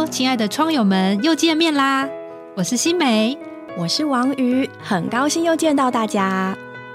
亲爱的窗友们，又见面啦！我是新梅， 我是王瑜，很高兴又见到大家。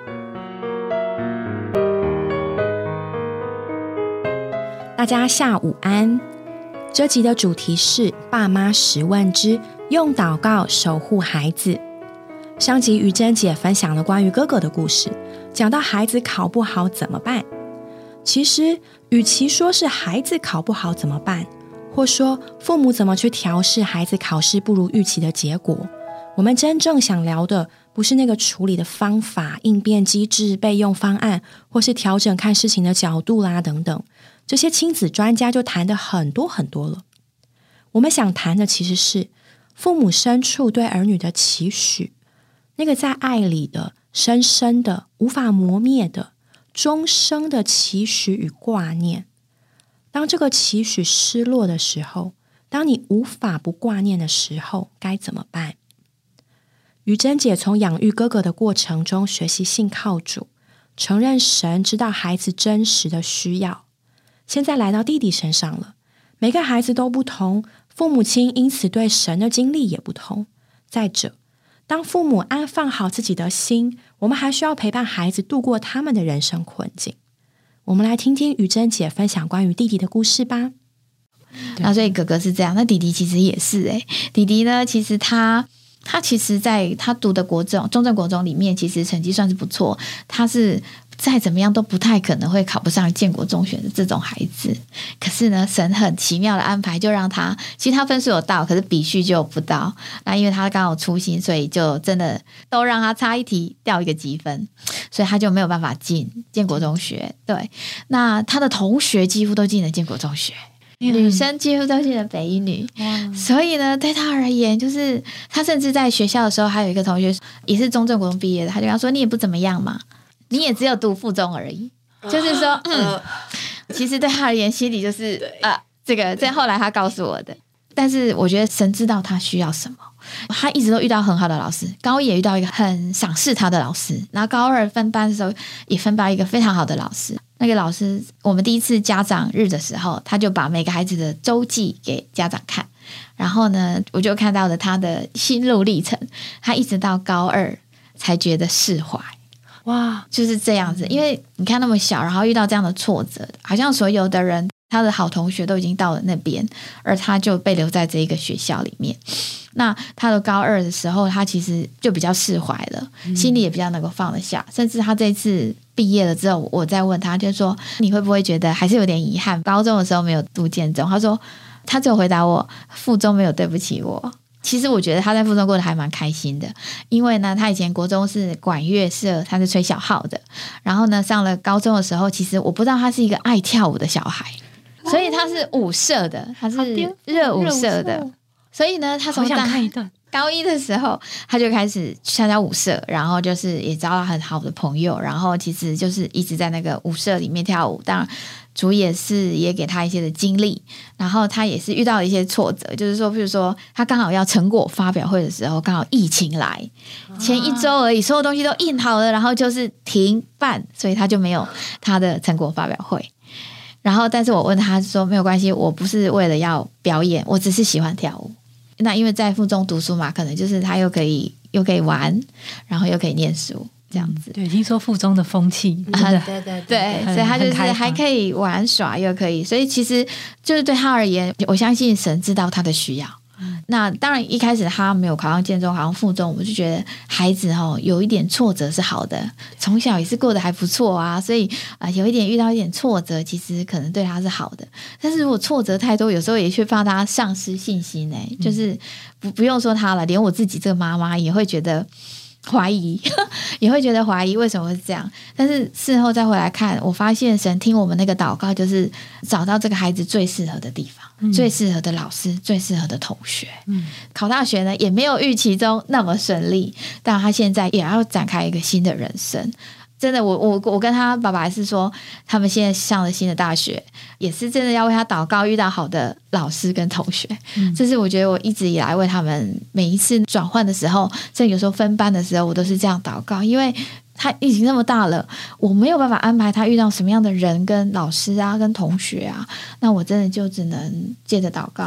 大家下午安。这集的主题是爸妈10问之用祷告守护孩子。上集于珍姐分享了关于哥哥的故事，讲到孩子考不好怎么办。其实与其说是孩子考不好怎么办，或说父母怎么去调试孩子考试不如预期的结果，我们真正想聊的不是那个处理的方法、应变机制、备用方案，或是调整看事情的角度啦等等，这些亲子专家就谈得很多很多了。我们想谈的其实是父母深处对儿女的期许，那个在爱里的深深的无法磨灭的终生的期许与挂念。当这个期许失落的时候，当你无法不挂念的时候，该怎么办？于珍姐从养育哥哥的过程中学习信靠主，承认神知道孩子真实的需要。现在来到弟弟身上了，每个孩子都不同，父母亲因此对神的经历也不同。再者，当父母安放好自己的心，我们还需要陪伴孩子度过他们的人生困境。我们来听听于珍姐分享关于弟弟的故事吧。 那所以哥哥是这样，那弟弟其实也是弟弟呢，其实他其实在他读的中正国中里面，其实成绩算是不错，他是再怎么样都不太可能会考不上建国中学的这种孩子。可是呢，神很奇妙的安排，就让他其实他分数有到，可是比序就不到。那因为他刚好粗心，所以就真的都让他差一题掉一个积分，所以他就没有办法进建国中学。对，那他的同学几乎都进了建国中学。女生几乎都进了北一女，所以呢，对他而言，就是他甚至在学校的时候，还有一个同学也是中正国中毕业的，他就跟他说：“你也不怎么样嘛，你也只有读附中而已。”就是说，其实对他而言，心里就是这后来他告诉我的。但是我觉得神知道他需要什么，他一直都遇到很好的老师，高一也遇到一个很赏识他的老师，然后高二分班的时候也分到一个非常好的老师。那个老师，我们第一次家长日的时候，他就把每个孩子的周记给家长看，然后呢，我就看到了他的心路历程，他一直到高二才觉得释怀。哇，就是这样子，因为你看那么小，然后遇到这样的挫折，好像所有的人他的好同学都已经到了那边，而他就被留在这一个学校里面。那他的高二的时候，他其实就比较释怀了，心里也比较能够放得下。甚至他这次毕业了之后，我再问他，就说你会不会觉得还是有点遗憾，高中的时候没有读建中？他说他只有回答我，附中没有对不起我。其实我觉得他在附中过得还蛮开心的，因为呢，他以前国中是管乐社，他是吹小号的，然后呢，上了高中的时候，其实我不知道他是一个爱跳舞的小孩，所以他是舞社的，他是热舞社的，所以呢，他从高一的时候他就开始参加舞社，然后就是也交到很好的朋友，然后其实就是一直在那个舞社里面跳舞。当然主也给他一些的经历，然后他也是遇到一些挫折，就是说比如说他刚好要成果发表会的时候，刚好疫情来，前一周而已，所有东西都印好了，然后就是停办，所以他就没有他的成果发表会。然后但是我问他说没有关系，我不是为了要表演，我只是喜欢跳舞。那因为在附中读书嘛，可能就是他又可以玩，然后又可以念书这样子。 对，听说附中的风气对，所以他就是还可以玩耍又可以，所以其实就是对他而言，我相信神知道他的需要。那当然一开始他没有考上建中，考上附中，我就觉得孩子有一点挫折是好的，从小也是过得还不错啊，所以有一点遇到一点挫折，其实可能对他是好的。但是如果挫折太多，有时候也会怕他丧失信心就是不用说他了，连我自己这个妈妈也会觉得怀疑也会觉得怀疑为什么会这样。但是事后再回来看，我发现神听我们那个祷告，就是找到这个孩子最适合的地方，最适合的老师，最适合的同学。考大学呢也没有预期中那么顺利，但他现在也要展开一个新的人生。真的，我跟他爸爸是说，他们现在上了新的大学，也是真的要为他祷告，遇到好的老师跟同学。这是我觉得我一直以来为他们每一次转换的时候，甚至有时候分班的时候，我都是这样祷告，因为他已经那么大了，我没有办法安排他遇到什么样的人跟老师啊跟同学啊，那我真的就只能借着祷告。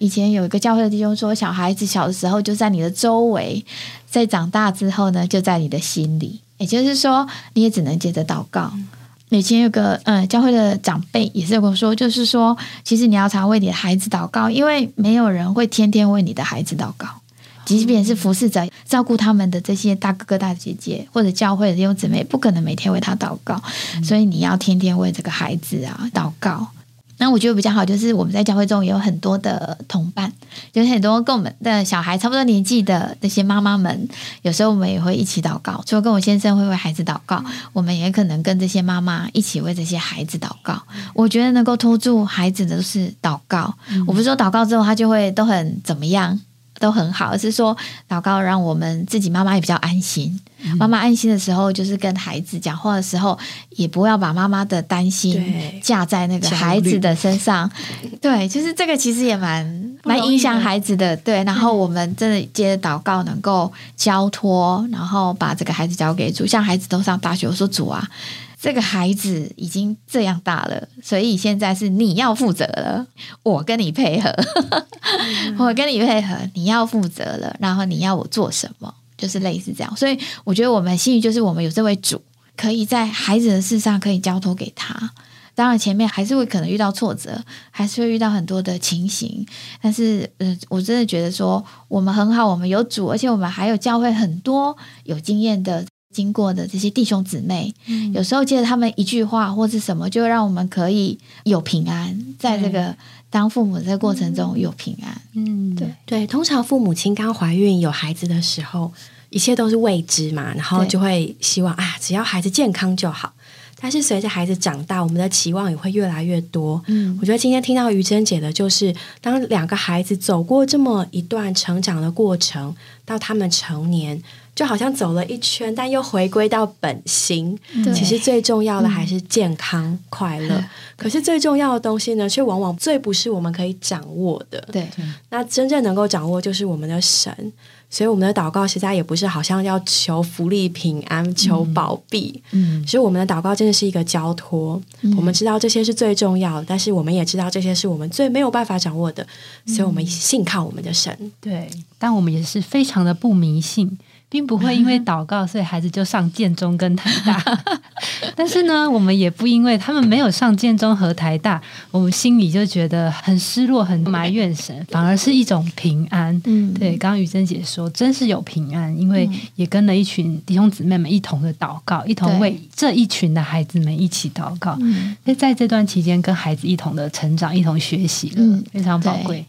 以前有一个教会的弟兄说，小孩子小的时候就在你的周围，在长大之后呢，就在你的心里。也就是说，你也只能接着祷告。以前有个教会的长辈也是跟我说，就是说，其实你要常为你的孩子祷告，因为没有人会天天为你的孩子祷告。即便是服侍者照顾他们的这些大哥哥大姐姐或者教会的弟兄姊妹，不可能每天为他祷告，所以你要天天为这个孩子啊祷告。那我觉得比较好，就是我们在教会中也有很多的同伴，就是很多跟我们的小孩差不多年纪的那些妈妈们，有时候我们也会一起祷告。除了跟我先生会为孩子祷告，我们也可能跟这些妈妈一起为这些孩子祷告。我觉得能够拖住孩子的都是祷告。我不是说祷告之后他就会都很怎么样，都很好，而是说祷告让我们自己妈妈也比较安心。妈妈安心的时候，就是跟孩子讲话的时候，也不要把妈妈的担心架在那个孩子的身上。对，就是这个其实也蛮影响孩子的。对，然后我们真的接着祷告，能够交托，然后把这个孩子交给主。像孩子都上大学，我说主啊，这个孩子已经这样大了，所以现在是你要负责了，我跟你配合我跟你配合，你要负责了，然后你要我做什么，就是类似这样。所以我觉得我们幸运，就是我们有这位主，可以在孩子的事上可以交托给他。当然前面还是会可能遇到挫折，还是会遇到很多的情形，但是我真的觉得说我们很好，我们有主，而且我们还有教会很多有经验的经过的这些弟兄姊妹，有时候借着他们一句话或是什么，就让我们可以有平安，在这个当父母的这个过程中有平安。 对，通常父母亲刚怀孕有孩子的时候，一切都是未知嘛，然后就会希望只要孩子健康就好。但是随着孩子长大，我们的期望也会越来越多。我觉得今天听到于珍姐的，就是当两个孩子走过这么一段成长的过程，到他们成年，就好像走了一圈，但又回归到本心。其实最重要的还是健康、快乐。可是最重要的东西呢，却往往最不是我们可以掌握的。 对， 那真正能够掌握就是我们的神。所以我们的祷告实在也不是好像要求福利平安、求保庇。所以我们的祷告真的是一个交托。我们知道这些是最重要的，但是我们也知道这些是我们最没有办法掌握的，所以我们信靠我们的神。 对，但我们也是非常的不迷信，并不会因为祷告所以孩子就上建中跟台大但是呢，我们也不因为他们没有上建中和台大，我们心里就觉得很失落、很埋怨神，反而是一种平安。对，刚刚于珍姐说真是有平安，因为也跟了一群弟兄姊妹们一同的祷告，一同为这一群的孩子们一起祷告。所以在这段期间跟孩子一同的成长，一同学习了，非常宝贵。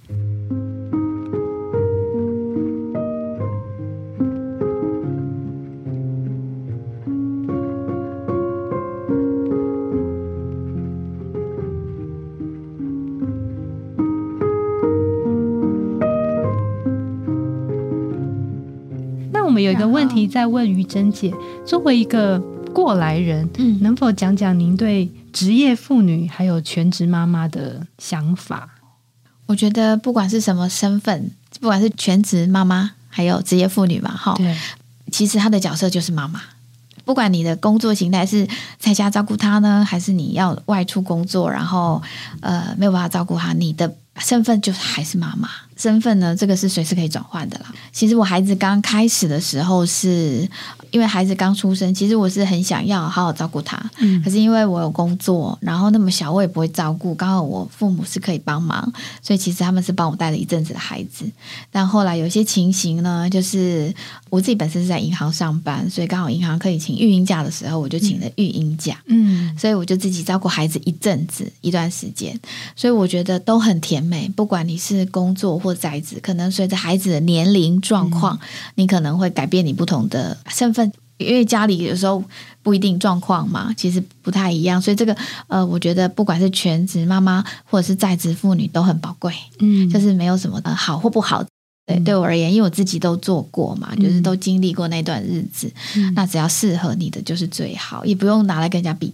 我们有一个问题在问于珍姐，作为一个过来人，能否讲讲您对职业妇女还有全职妈妈的想法？ 我觉得不管是什么身份，不管是全职妈妈还有职业妇女嘛， 对， 其实她的角色就是妈妈。不管你的工作形态是在家照顾她呢，还是你要外出工作，然后没有办法照顾她，你的身份就还是妈妈。身份呢，这个是随时可以转换的啦。其实我孩子刚开始的时候，是因为孩子刚出生，其实我是很想要好好照顾他，可是因为我有工作，然后那么小我也不会照顾，刚好我父母是可以帮忙，所以其实他们是帮我带了一阵子的孩子。但后来有些情形呢，就是我自己本身是在银行上班，所以刚好银行可以请育婴假的时候，我就请了育婴假，所以我就自己照顾孩子一段时间，所以我觉得都很甜美。不管你是工作或在职，可能随着孩子的年龄状况，你可能会改变你不同的身份，因为家里有时候不一定状况嘛，其实不太一样，所以这个我觉得不管是全职妈妈或者是在职妇女都很宝贵，就是没有什么好或不好。对我而言，因为我自己都做过嘛，就是都经历过那段日子，那只要适合你的就是最好，也不用拿来跟人家比较。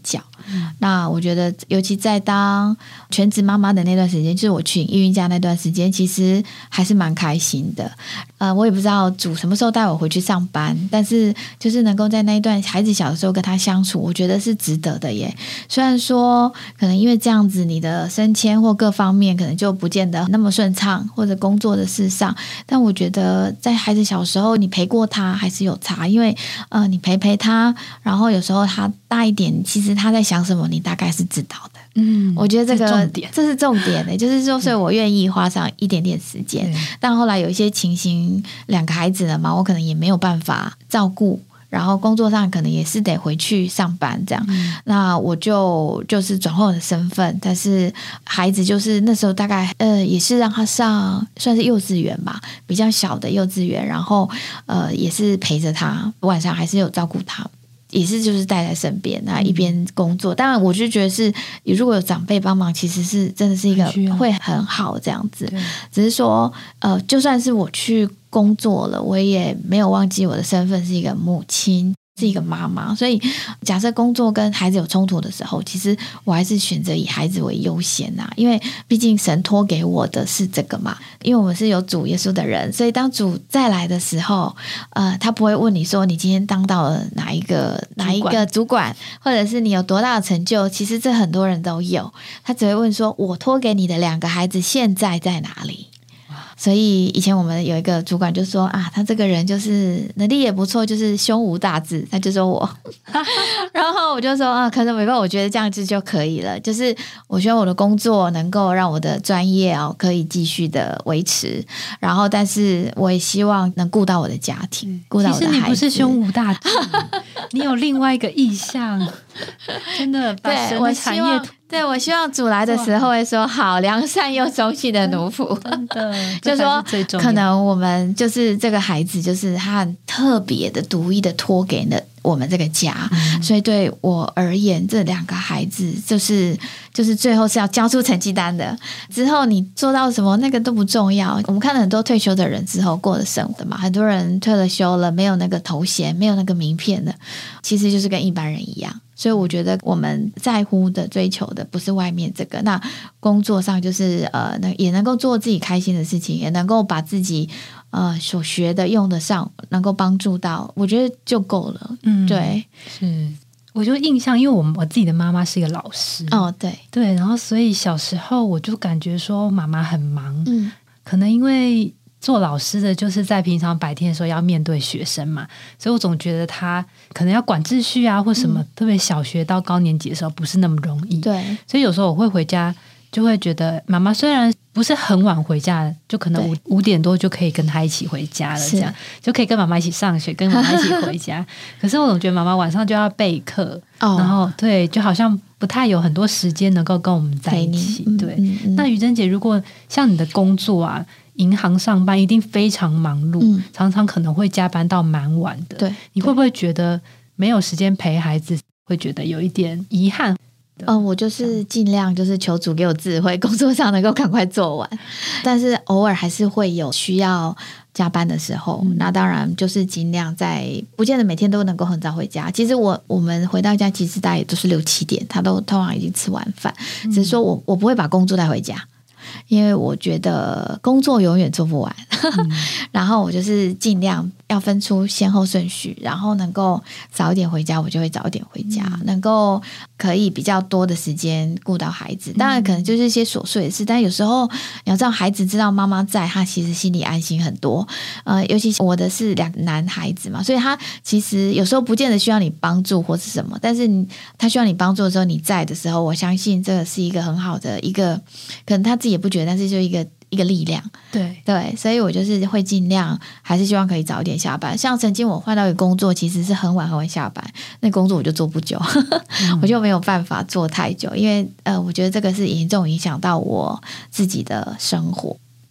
那我觉得尤其在当全职妈妈的那段时间，就是我去育婴假那段时间，其实还是蛮开心的。我也不知道主什么时候带我回去上班，但是就是能够在那一段孩子小的时候跟他相处，我觉得是值得的耶。虽然说可能因为这样子你的升迁或各方面可能就不见得那么顺畅，或者工作的事上，但我觉得在孩子小时候你陪过他还是有差，因为你陪他，然后有时候他大一点，其实他在想什么你大概是知道的。我觉得这是重点的，就是说所以我愿意花上一点点时间，但后来有一些情形，2个孩子了嘛，我可能也没有办法照顾，然后工作上可能也是得回去上班这样，那我就是转换我的身份，但是孩子就是那时候大概也是让他上算是幼稚园吧，比较小的幼稚园，然后也是陪着他，晚上还是有照顾他，也是就是带在身边，那一边工作。当然我就觉得是如果有长辈帮忙，其实是真的是一个会很好这样子，只是说就算是我去工作了，我也没有忘记我的身份是一个母亲，是一个妈妈，所以假设工作跟孩子有冲突的时候，其实我还是选择以孩子为优先啊，因为毕竟神托给我的是这个嘛，因为我们是有主耶稣的人，所以当主再来的时候，他不会问你说你今天当到了哪一个主管，或者是你有多大的成就，其实这很多人都有，他只会问说我托给你的2个孩子现在在哪里。所以以前我们有一个主管就说啊，他这个人就是能力也不错，就是胸无大志，他就说我然后我就说啊，可是没办法，我觉得这样子就可以了，就是我希望我的工作能够让我的专业可以继续的维持，然后但是我也希望能顾到我的家庭，顾到我的孩子。其实你不是胸无大志你有另外一个意向，真的把神的产业对，我希望主来的时候会说好，良善又忠心的奴仆， 真的就说可能我们就是这个孩子，就是他很特别的、独一的托给了我们这个家，所以对我而言，这2个孩子就是最后是要交出成绩单的。之后你做到什么那个都不重要。我们看了很多退休的人之后过的生活嘛，很多人退了休了，没有那个头衔，没有那个名片的，其实就是跟一般人一样。所以我觉得我们在乎的、追求的不是外面这个，那工作上就是也能够做自己开心的事情，也能够把自己所学的用得上，能够帮助到，我觉得就够了。对， 是。我就印象，因为我自己的妈妈是一个老师，对，然后所以小时候我就感觉说妈妈很忙，可能因为做老师的就是在平常白天的时候要面对学生嘛，所以我总觉得他可能要管秩序啊或什么，特别小学到高年级的时候不是那么容易。 对， 所以有时候我会回家就会觉得妈妈虽然不是很晚回家，就可能5点多就可以跟她一起回家了，这样就可以跟妈妈一起上学，跟妈妈一起回家可是我总觉得妈妈晚上就要备课，然后对，就好像不太有很多时间能够跟我们在一起。对，那于真姐，如果像你的工作啊，银行上班一定非常忙碌，常常可能会加班到蛮晚的。 对， 你会不会觉得没有时间陪孩子，会觉得有一点遗憾？ 我就是尽量就是求主给我智慧，工作上能够赶快做完，但是偶尔还是会有需要加班的时候，那当然就是尽量不见得每天都能够很早回家。其实我们回到家，其实大概也都是6、7点，他都通常已经吃完饭，只是说我不会把工作带回家，因为我觉得工作永远做不完然后我就是尽量要分出先后顺序，然后能够早一点回家我就会早一点回家，能够可以比较多的时间顾到孩子。当然可能就是一些琐碎的事，但有时候你要知道孩子知道妈妈在，他其实心里安心很多。尤其我的是2个男孩子嘛，所以他其实有时候不见得需要你帮助或是什么，但是他需要你帮助的时候，你在的时候，我相信这个是一个很好的一个，可能他自己也不觉得，但是就一个力量。对，所以我就是会尽量还是希望可以早一点下班。像曾经我换到一个工作其实是很晚下班，那工作我就做不久我就没有办法做太久，因为我觉得这个是严重影响到我自己的生活。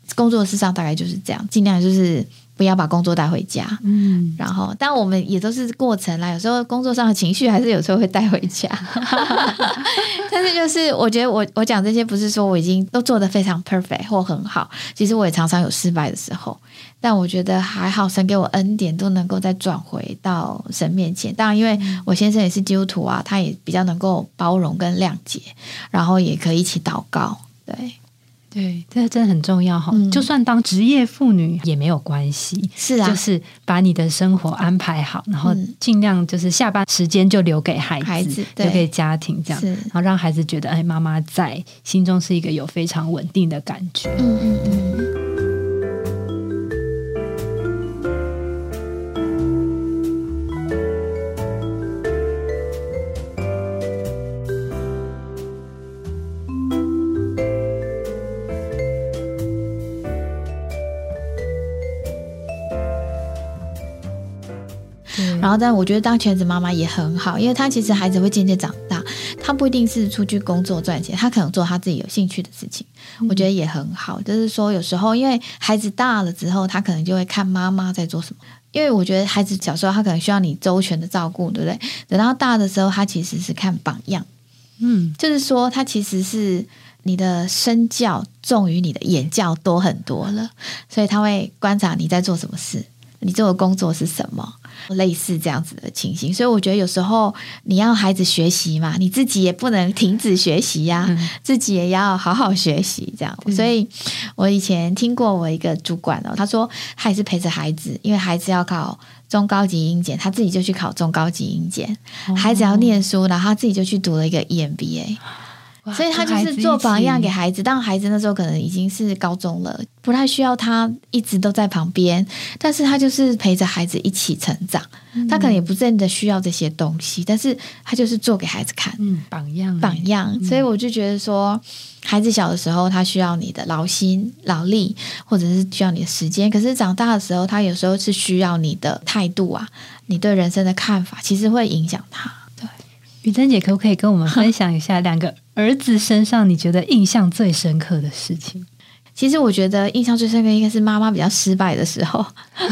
工作事上大概就是这样，尽量就是不要把工作带回家。然后但我们也都是过程啦，有时候工作上的情绪还是有时候会带回家。但是就是我觉得我讲这些不是说我已经都做得非常 perfect 或很好，其实我也常常有失败的时候，但我觉得还好，神给我恩典都能够再转回到神面前。当然因为我先生也是基督徒啊，他也比较能够包容跟谅解，然后也可以一起祷告。 对，这真的很重要哈。就算当职业妇女也没有关系， 是啊， 就是把你的生活安排好，然后尽量就是下班时间就留给孩子，留给家庭这样，然后让孩子觉得妈妈在心中是一个有非常稳定的感觉。 然后但我觉得当全职妈妈也很好，因为她其实孩子会渐渐长大，她不一定是出去工作赚钱，她可能做她自己有兴趣的事情，我觉得也很好。就是说有时候因为孩子大了之后，她可能就会看妈妈在做什么，因为我觉得孩子小时候他可能需要你周全的照顾，对不对？等到大的时候他其实是看榜样，就是说他其实是你的身教重于你的言教多很多了，所以他会观察你在做什么事，你做的工作是什么，类似这样子的情形。所以我觉得有时候你要孩子学习嘛，你自己也不能停止学习呀，自己也要好好学习这样。所以我以前听过我一个主管他说他也是陪着孩子，因为孩子要考中高级英检，他自己就去考中高级英检，孩子要念书，然后他自己就去读了一个 EMBA，所以他就是做榜样给孩子。当孩子那时候可能已经是高中了，不太需要他一直都在旁边，但是他就是陪着孩子一起成长，他可能也不真的需要这些东西，但是他就是做给孩子看， 榜样。 所以我就觉得说孩子小的时候他需要你的劳心劳力，或者是需要你的时间，可是长大的时候他有时候是需要你的态度啊，你对人生的看法其实会影响他。 雨珍姐可不可以跟我们分享一下两个儿子身上你觉得印象最深刻的事情？ 其实我觉得印象最深刻应该是妈妈比较失败的时候。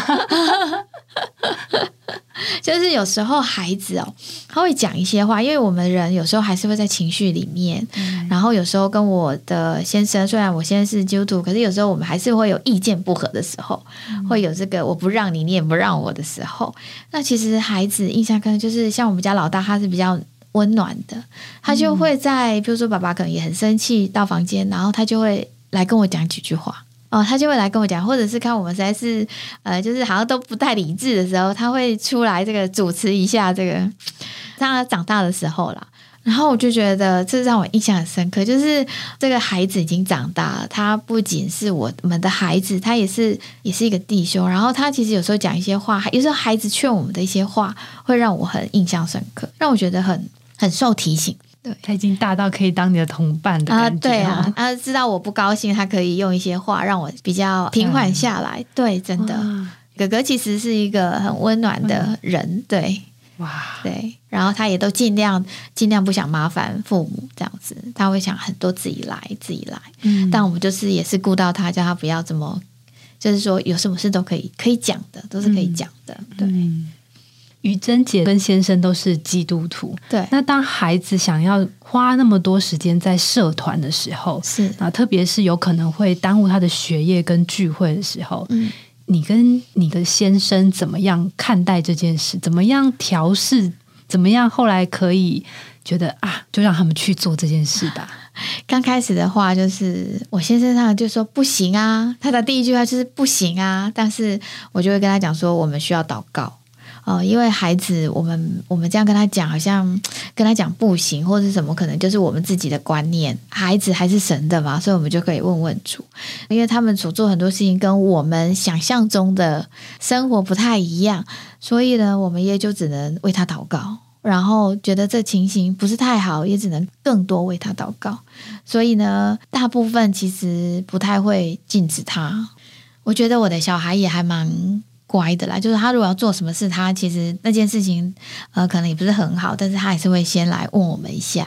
就是有时候孩子他会讲一些话，因为我们人有时候还是会在情绪里面，然后有时候跟我的先生，虽然我现在是基督徒，可是有时候我们还是会有意见不合的时候，会有这个我不让你你也不让我的时候。那其实孩子印象可能就是像我们家老大，他是比较温暖的，他就会在比如说爸爸可能也很生气到房间，然后他就会来跟我讲几句话他就会来跟我讲，或者是看我们实在是就是好像都不太理智的时候，他会出来这个主持一下这个，当他长大的时候啦。然后我就觉得这让我印象很深刻，就是这个孩子已经长大了，他不仅是我们的孩子，他也是一个弟兄。然后他其实有时候讲一些话，有时候孩子劝我们的一些话，会让我很印象深刻，让我觉得很受提醒。对， 他已经大到可以当你的同伴的感觉对啊，知道我不高兴，他可以用一些话让我比较平缓下来。对，真的，哥哥其实是一个很温暖的人。对，对，然后他也都尽量不想麻烦父母这样子，他会想很多自己来。但我们就是也是顾到他，叫他不要这么，就是说有什么事都可以讲的，都是可以讲的。对。 雨珍姐跟先生都是基督徒， 对。 那当孩子想要花那么多时间在社团的时候， 是特别是有可能会耽误他的学业跟聚会的时候，你跟你的先生怎么样看待这件事？怎么样调试？怎么样后来可以觉得就让他们去做这件事吧？ 刚开始的话，就是我先生他就说不行啊，他的第一句话就是不行啊，但是我就会跟他讲说，我们需要祷告。因为孩子我们这样跟他讲，好像跟他讲不行或者是什么，可能就是我们自己的观念，孩子还是神的嘛，所以我们就可以问主，因为他们所做很多事情跟我们想象中的生活不太一样，所以呢我们也就只能为他祷告，然后觉得这情形不是太好，也只能更多为他祷告。所以呢大部分其实不太会禁止他。我觉得我的小孩也还蛮乖的啦，就是他如果要做什么事，他其实那件事情可能也不是很好，但是他还是会先来问我们一下。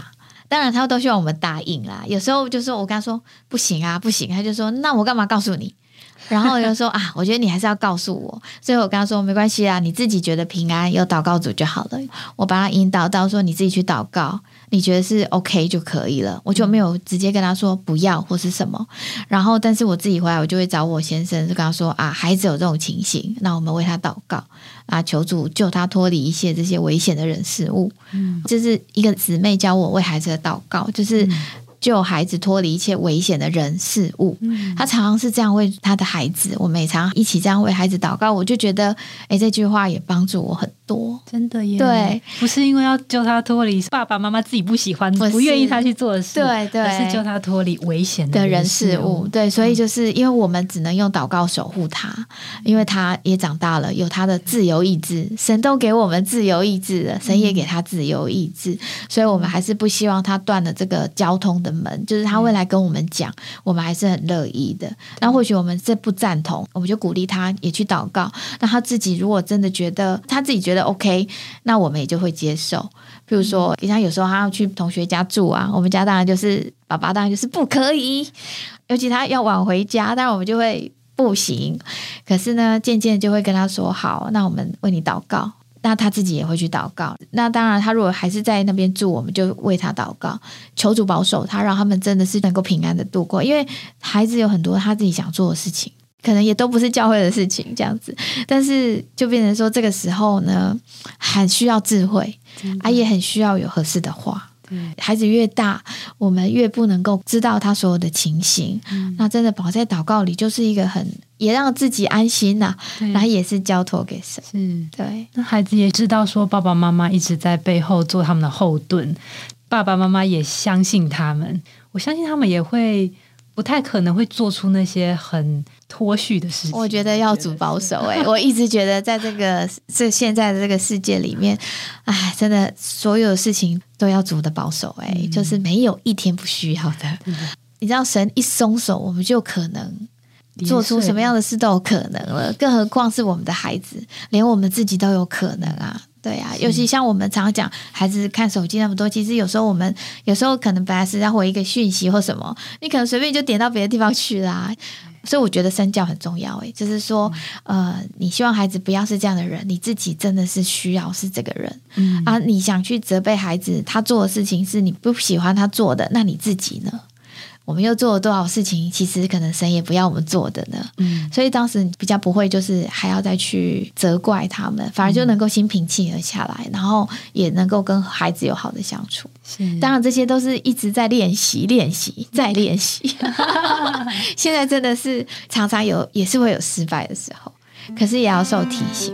当然他都希望我们答应啦，有时候就说我跟他说不行啊不行，他就说那我干嘛告诉你，然后就说啊，我觉得你还是要告诉我，所以我跟他说没关系啊，你自己觉得平安有祷告组就好了，我把他引导到说你自己去祷告，你觉得是 OK 就可以了，我就没有直接跟他说不要或是什么。然后但是我自己回来我就会找我先生，就跟他说啊，孩子有这种情形，那我们为他祷告啊，求主救他脱离一切这些危险的人事物。这是一个姊妹教我为孩子的祷告，就是救孩子脱离一切危险的人事物。他常常是这样为他的孩子，我们也常常一起这样为孩子祷告，我就觉得这句话也帮助我很多。 真的耶， 对， 不是因为要救他脱离爸爸妈妈自己不喜欢不愿意他去做的事， 对对， 而是救他脱离危险的人事物。对，所以就是因为我们只能用祷告守护他，因为他也长大了，有他的自由意志，神都给我们自由意志了，神也给他自由意志，所以我们还是不希望他断了这个交通的门，就是他会来跟我们讲，我们还是很乐意的。那或许我们这不赞同，我们就鼓励他也去祷告，那他自己如果真的觉得他自己觉得 OK，那我们也就会接受。比如说像有时候他要去同学家住啊，我们家当然就是爸爸当然就是不可以，尤其他要晚回家，当然我们就会不行。可是呢渐渐就会跟他说好，那我们为你祷告，那他自己也会去祷告。那当然他如果还是在那边住，我们就为他祷告，求主保守他，让他们真的是能够平安的度过。因为孩子有很多他自己想做的事情，可能也都不是教会的事情这样子，但是就变成说这个时候呢很需要智慧也很需要有合适的话。孩子越大我们越不能够知道他所有的情形，那真的保在祷告里就是一个很也让自己安心然后也是交托给神。 是， 对， 那孩子也知道说爸爸妈妈一直在背后做他们的后盾，爸爸妈妈也相信他们，我相信他们也会不太可能会做出那些很脱序的事情。 我觉得要主保守我一直觉得在现在的这个世界里面，真的所有事情都要主的保守就是没有一天不需要的。你知道神一松手，我们就可能做出什么样的事都有可能了，更何况是我们的孩子，连我们自己都有可能啊。对啊，尤其像我们常常讲孩子看手机那么多，其实有时候我们有时候可能本来是要回一个讯息或什么，你可能随便就点到别的地方去啦。所以我觉得身教很重要就是说你希望孩子不要是这样的人，你自己真的是需要是这个人你想去责备孩子他做的事情是你不喜欢他做的，那你自己呢？我们又做了多少事情其实可能神也不要我们做的呢所以当时比较不会就是还要再去责怪他们，反而就能够心平气和下来，然后也能够跟孩子有好的相处。当然这些都是一直在练习再练习现在真的是常常也是会有失败的时候，可是也要受提醒。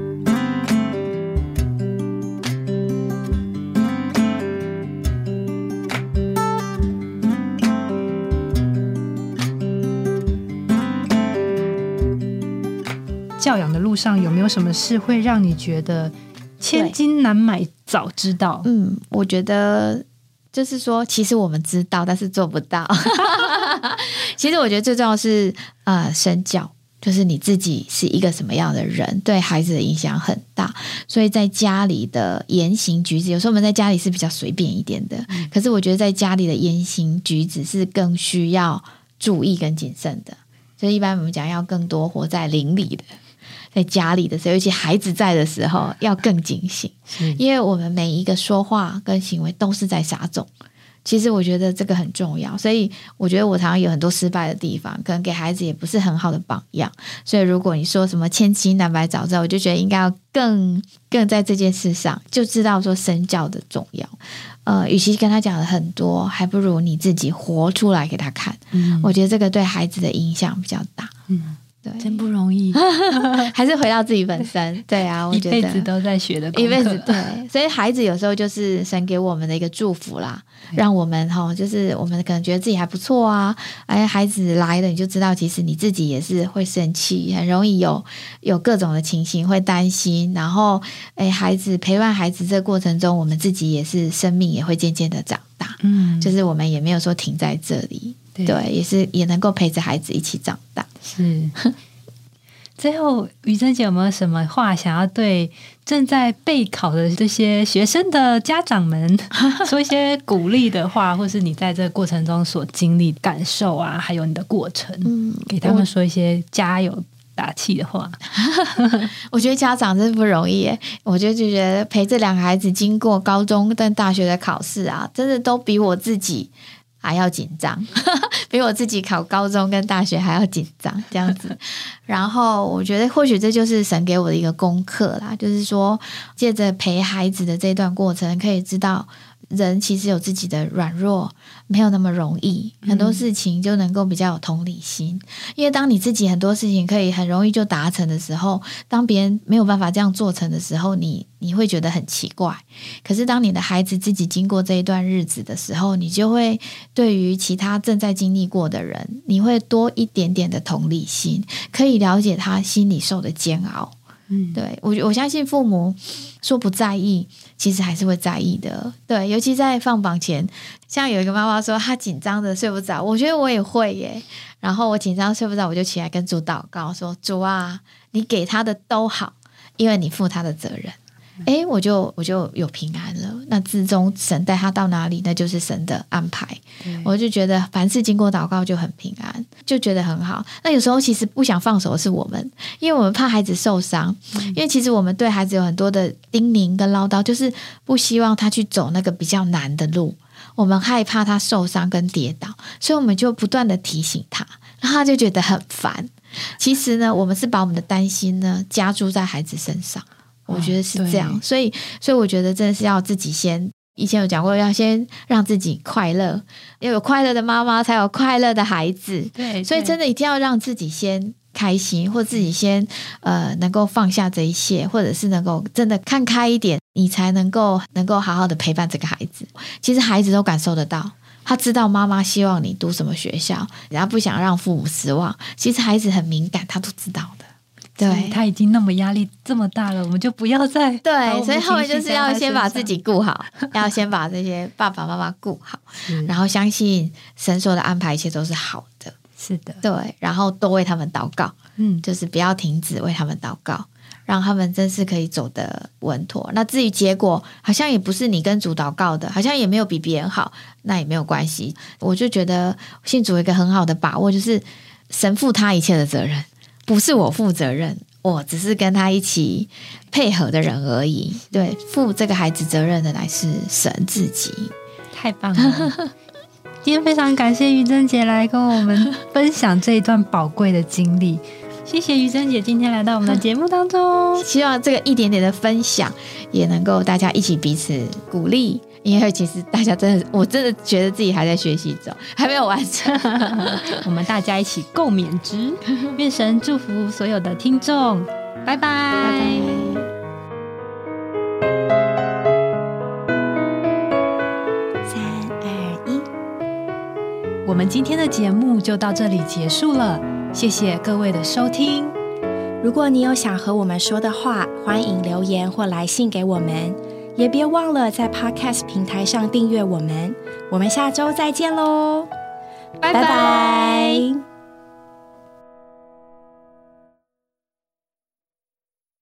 教养的路上有没有什么事会让你觉得千金难买早知道？ 我觉得就是说其实我们知道但是做不到其实我觉得最重要的是身教，就是你自己是一个什么样的人，对孩子的影响很大。所以在家里的言行举止，有时候我们在家里是比较随便一点的可是我觉得在家里的言行举止是更需要注意跟谨慎的。所以一般我们讲要更多活在灵里的，在家里的时候，尤其孩子在的时候要更警醒因为我们每一个说话跟行为都是在撒种。其实我觉得这个很重要，所以我觉得我常常有很多失败的地方，可能给孩子也不是很好的榜样。所以如果你说什么千金难买早知道，我就觉得应该要更在这件事上就知道说身教的重要。与其跟他讲的很多，还不如你自己活出来给他看我觉得这个对孩子的影响比较大对， 真不容易还是回到自己本身对啊，我觉得一辈子都在学的功课， 一辈子对，所以孩子有时候就是神给我们的一个祝福啦，让我们就是我们可能觉得自己还不错孩子来了你就知道其实你自己也是会生气，很容易有各种的情形会担心，然后孩子陪伴孩子这个过程中，我们自己也是生命也会渐渐的长大就是我们也没有说停在这里对，也能够陪着孩子一起长大。 是最后于珍姐有没有什么话想要对正在备考的这些学生的家长们说一些鼓励的话，或是你在这个过程中所经历感受啊，还有你的过程，给他们说一些加油打气的话。 我觉得家长真的不容易耶，我就觉得陪这两个孩子经过高中跟大学的考试啊，真的都比我自己还要紧张比我自己考高中跟大学还要紧张这样子。然后我觉得或许这就是神给我的一个功课啦，就是说借着陪孩子的这段过程，可以知道人其实有自己的软弱，没有那么容易，很多事情就能够比较有同理心。因为当你自己很多事情可以很容易就达成的时候，当别人没有办法这样做成的时候，你会觉得很奇怪。可是当你的孩子自己经过这一段日子的时候，你就会对于其他正在经历过的人，你会多一点点的同理心，可以了解他心里受的煎熬。对，我相信父母说不在意，其实还是会在意的。对，尤其在放榜前，像有一个妈妈说她紧张的睡不着，我觉得我也会耶。然后我紧张睡不着，我就起来跟主祷告说：主啊，你给他的都好，因为你负他的责任。我就有平安了。那至终神带他到哪里，那就是神的安排。我就觉得凡事经过祷告就很平安，就觉得很好。那有时候其实不想放手的是我们，因为我们怕孩子受伤。因为其实我们对孩子有很多的叮咛跟唠叨，就是不希望他去走那个比较难的路，我们害怕他受伤跟跌倒，所以我们就不断的提醒他，然后他就觉得很烦。其实呢，我们是把我们的担心呢加注在孩子身上，我觉得是这样。所以我觉得真的是要自己先，以前有讲过，要先让自己快乐，要有快乐的妈妈才有快乐的孩子。对，所以真的一定要让自己先开心，或自己先能够放下这一切，或者是能够真的看开一点，你才能够好好的陪伴这个孩子。其实孩子都感受得到，他知道妈妈希望你读什么学校，然后不想让父母失望。其实孩子很敏感，他都知道的。对， 他已经那么压力这么大了，我们就不要再对，所以后面就是要先把自己顾好，要先把这些爸爸妈妈顾好，然后相信神所的安排一切都是好的。 是的， 对，然后多为他们祷告，就是不要停止为他们祷告，让他们真是可以走得稳妥。那至于结果，好像也不是你跟主祷告的，好像也没有比别人好，那也没有关系。我就觉得信主有一个很好的把握，就是神负他一切的责任，不是我负责任，我只是跟他一起配合的人而已。对，负这个孩子责任的乃是神自己。 太棒了！今天非常感谢于珍姐来跟我们分享这一段宝贵的经历。谢谢于珍姐今天来到我们的节目当中， 希望这个一点点的分享也能够大家一起彼此鼓励，因为其实大家我真的觉得自己还在学习中，还没有完成我们大家一起共勉之。愿神祝福所有的听众，拜拜，拜拜。我们今天的节目就到这里结束了，谢谢各位的收听。 如果你有想和我们说的话，欢迎留言或来信给我们，也别忘了在 Podcast 平台上订阅我们。我们下周再见喽， 拜拜。